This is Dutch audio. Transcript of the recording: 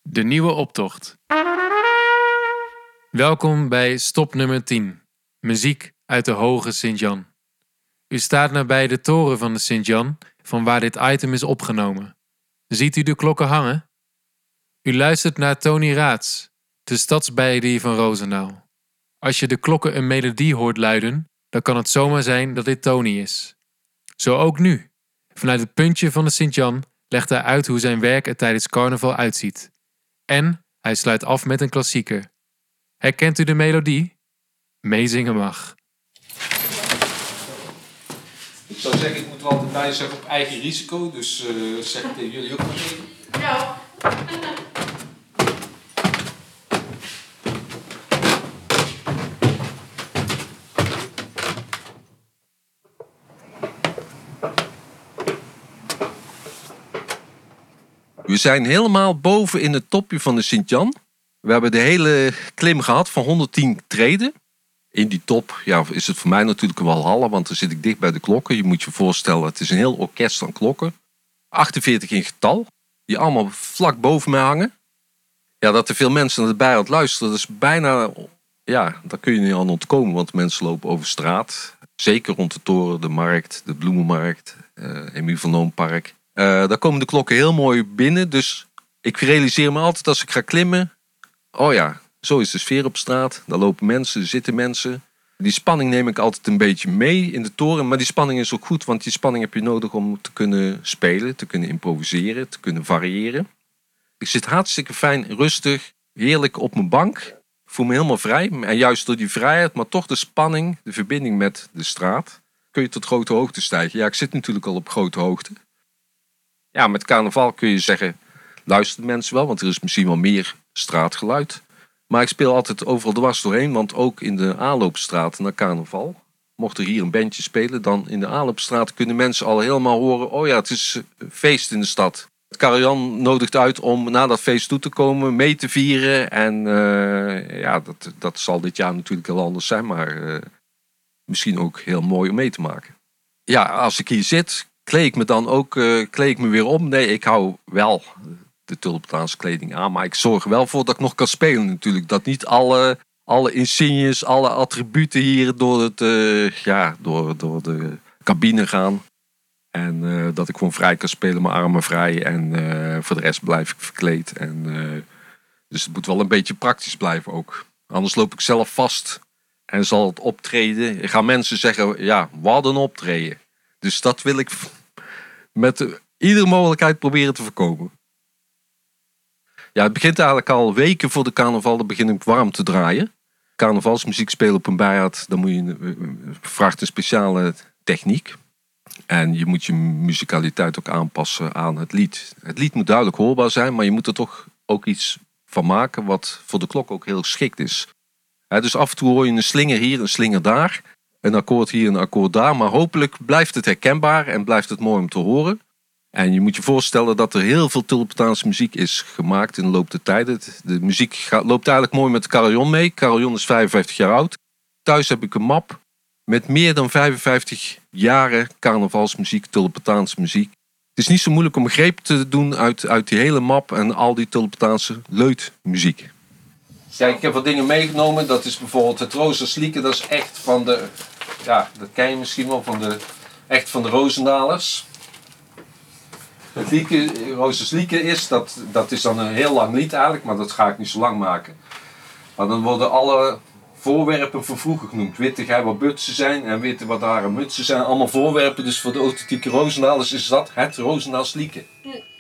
De nieuwe optocht. Welkom bij stop nummer 10. Muziek uit de Hoge Sint-Jan. U staat nabij de toren van de Sint-Jan, van waar dit item is opgenomen. Ziet u de klokken hangen? U luistert naar Tony Raats, de stadsbijer van Roosendaal. Als je de klokken een melodie hoort luiden, dan kan het zomaar zijn dat dit Tony is. Zo ook nu. Vanuit het puntje van de Sint-Jan legt hij uit hoe zijn werk er tijdens carnaval uitziet. En hij sluit af met een klassieker. Herkent u de melodie? Meezingen mag. Ik zou zeggen, ik moet er altijd bij zeggen op eigen risico, dus zeg ik tegen jullie ook nog even. Ja. We zijn helemaal boven in het topje van de Sint-Jan. We hebben de hele klim gehad van 110 treden. In die top is het voor mij natuurlijk een walhalla, want dan zit ik dicht bij de klokken. Je moet je voorstellen, het is een heel orkest van klokken. 48 in getal, die allemaal vlak boven mij hangen. Ja, dat er veel mensen naar de bij aan het luisteren, dat is bijna... Ja, daar kun je niet aan ontkomen, want mensen lopen over straat. Zeker rond de toren, de markt, de bloemenmarkt, Emiel van Loonpark. Daar komen de klokken heel mooi binnen, dus ik realiseer me altijd als ik ga klimmen... Oh ja, zo is de sfeer op straat. Daar lopen mensen, er zitten mensen. Die spanning neem ik altijd een beetje mee in de toren. Maar die spanning is ook goed, want die spanning heb je nodig om te kunnen spelen, te kunnen improviseren, te kunnen variëren. Ik zit hartstikke fijn, rustig, heerlijk op mijn bank. Ik voel me helemaal vrij. En juist door die vrijheid, maar toch de spanning, de verbinding met de straat, kun je tot grote hoogte stijgen. Ja, ik zit natuurlijk al op grote hoogte. Ja, met carnaval kun je zeggen, luisteren mensen wel, want er is misschien wel meer straatgeluid. Maar ik speel altijd overal dwars doorheen, want ook in de aanloopstraat naar carnaval, mocht er hier een bandje spelen, dan in de aanloopstraat kunnen mensen al helemaal horen, oh ja, het is feest in de stad. Het Karajan nodigt uit om naar dat feest toe te komen, mee te vieren. En dat zal dit jaar natuurlijk heel anders zijn, maar misschien ook heel mooi om mee te maken. Ja, als ik hier zit, kleed ik me dan ook weer om. Nee, ik hou wel de Tulpentaanse kleding aan, maar ik zorg er wel voor dat ik nog kan spelen natuurlijk. Dat niet alle insignes, alle attributen hier door de cabine gaan. En dat ik gewoon vrij kan spelen, mijn armen vrij. En voor de rest blijf ik verkleed. Dus het moet wel een beetje praktisch blijven ook. Anders loop ik zelf vast. En zal het optreden... Gaan mensen zeggen, ja, wat een optreden. Dus dat wil ik met iedere mogelijkheid proberen te voorkomen. Ja, het begint eigenlijk al weken voor de carnaval. Dan begin ik warm te draaien. Carnavalsmuziek spelen op een bijaard. Dan vraagt een speciale techniek. En je moet je muzikaliteit ook aanpassen aan het lied. Het lied moet duidelijk hoorbaar zijn, maar je moet er toch ook iets van maken wat voor de klok ook heel geschikt is. Dus af en toe hoor je een slinger hier, een slinger daar. Een akkoord hier, een akkoord daar. Maar hopelijk blijft het herkenbaar en blijft het mooi om te horen. En je moet je voorstellen dat er heel veel Tulpentaanse muziek is gemaakt in de loop der tijden. De muziek loopt eigenlijk mooi met de carillon mee. Carillon is 55 jaar oud. Thuis heb ik een map met meer dan 55 jaren carnavalsmuziek, Tulpentaanse muziek. Het is niet zo moeilijk om een greep te doen uit die hele map en al die Tulpentaanse leutmuziek. Ja, ik heb wat dingen meegenomen. Dat is bijvoorbeeld het Roosendaal. Dat is echt van de... Ja, dat ken je misschien wel echt van de Roosendalers. Het liedje, Roosendaal is, dat is dan een heel lang lied eigenlijk, maar dat ga ik niet zo lang maken. Maar dan worden alle voorwerpen van vroeger genoemd. Witte gij wat butsen zijn en witte wat haren mutsen zijn. Allemaal voorwerpen, dus voor de authentieke Roosendalers is dat het Roosendaalsliedje.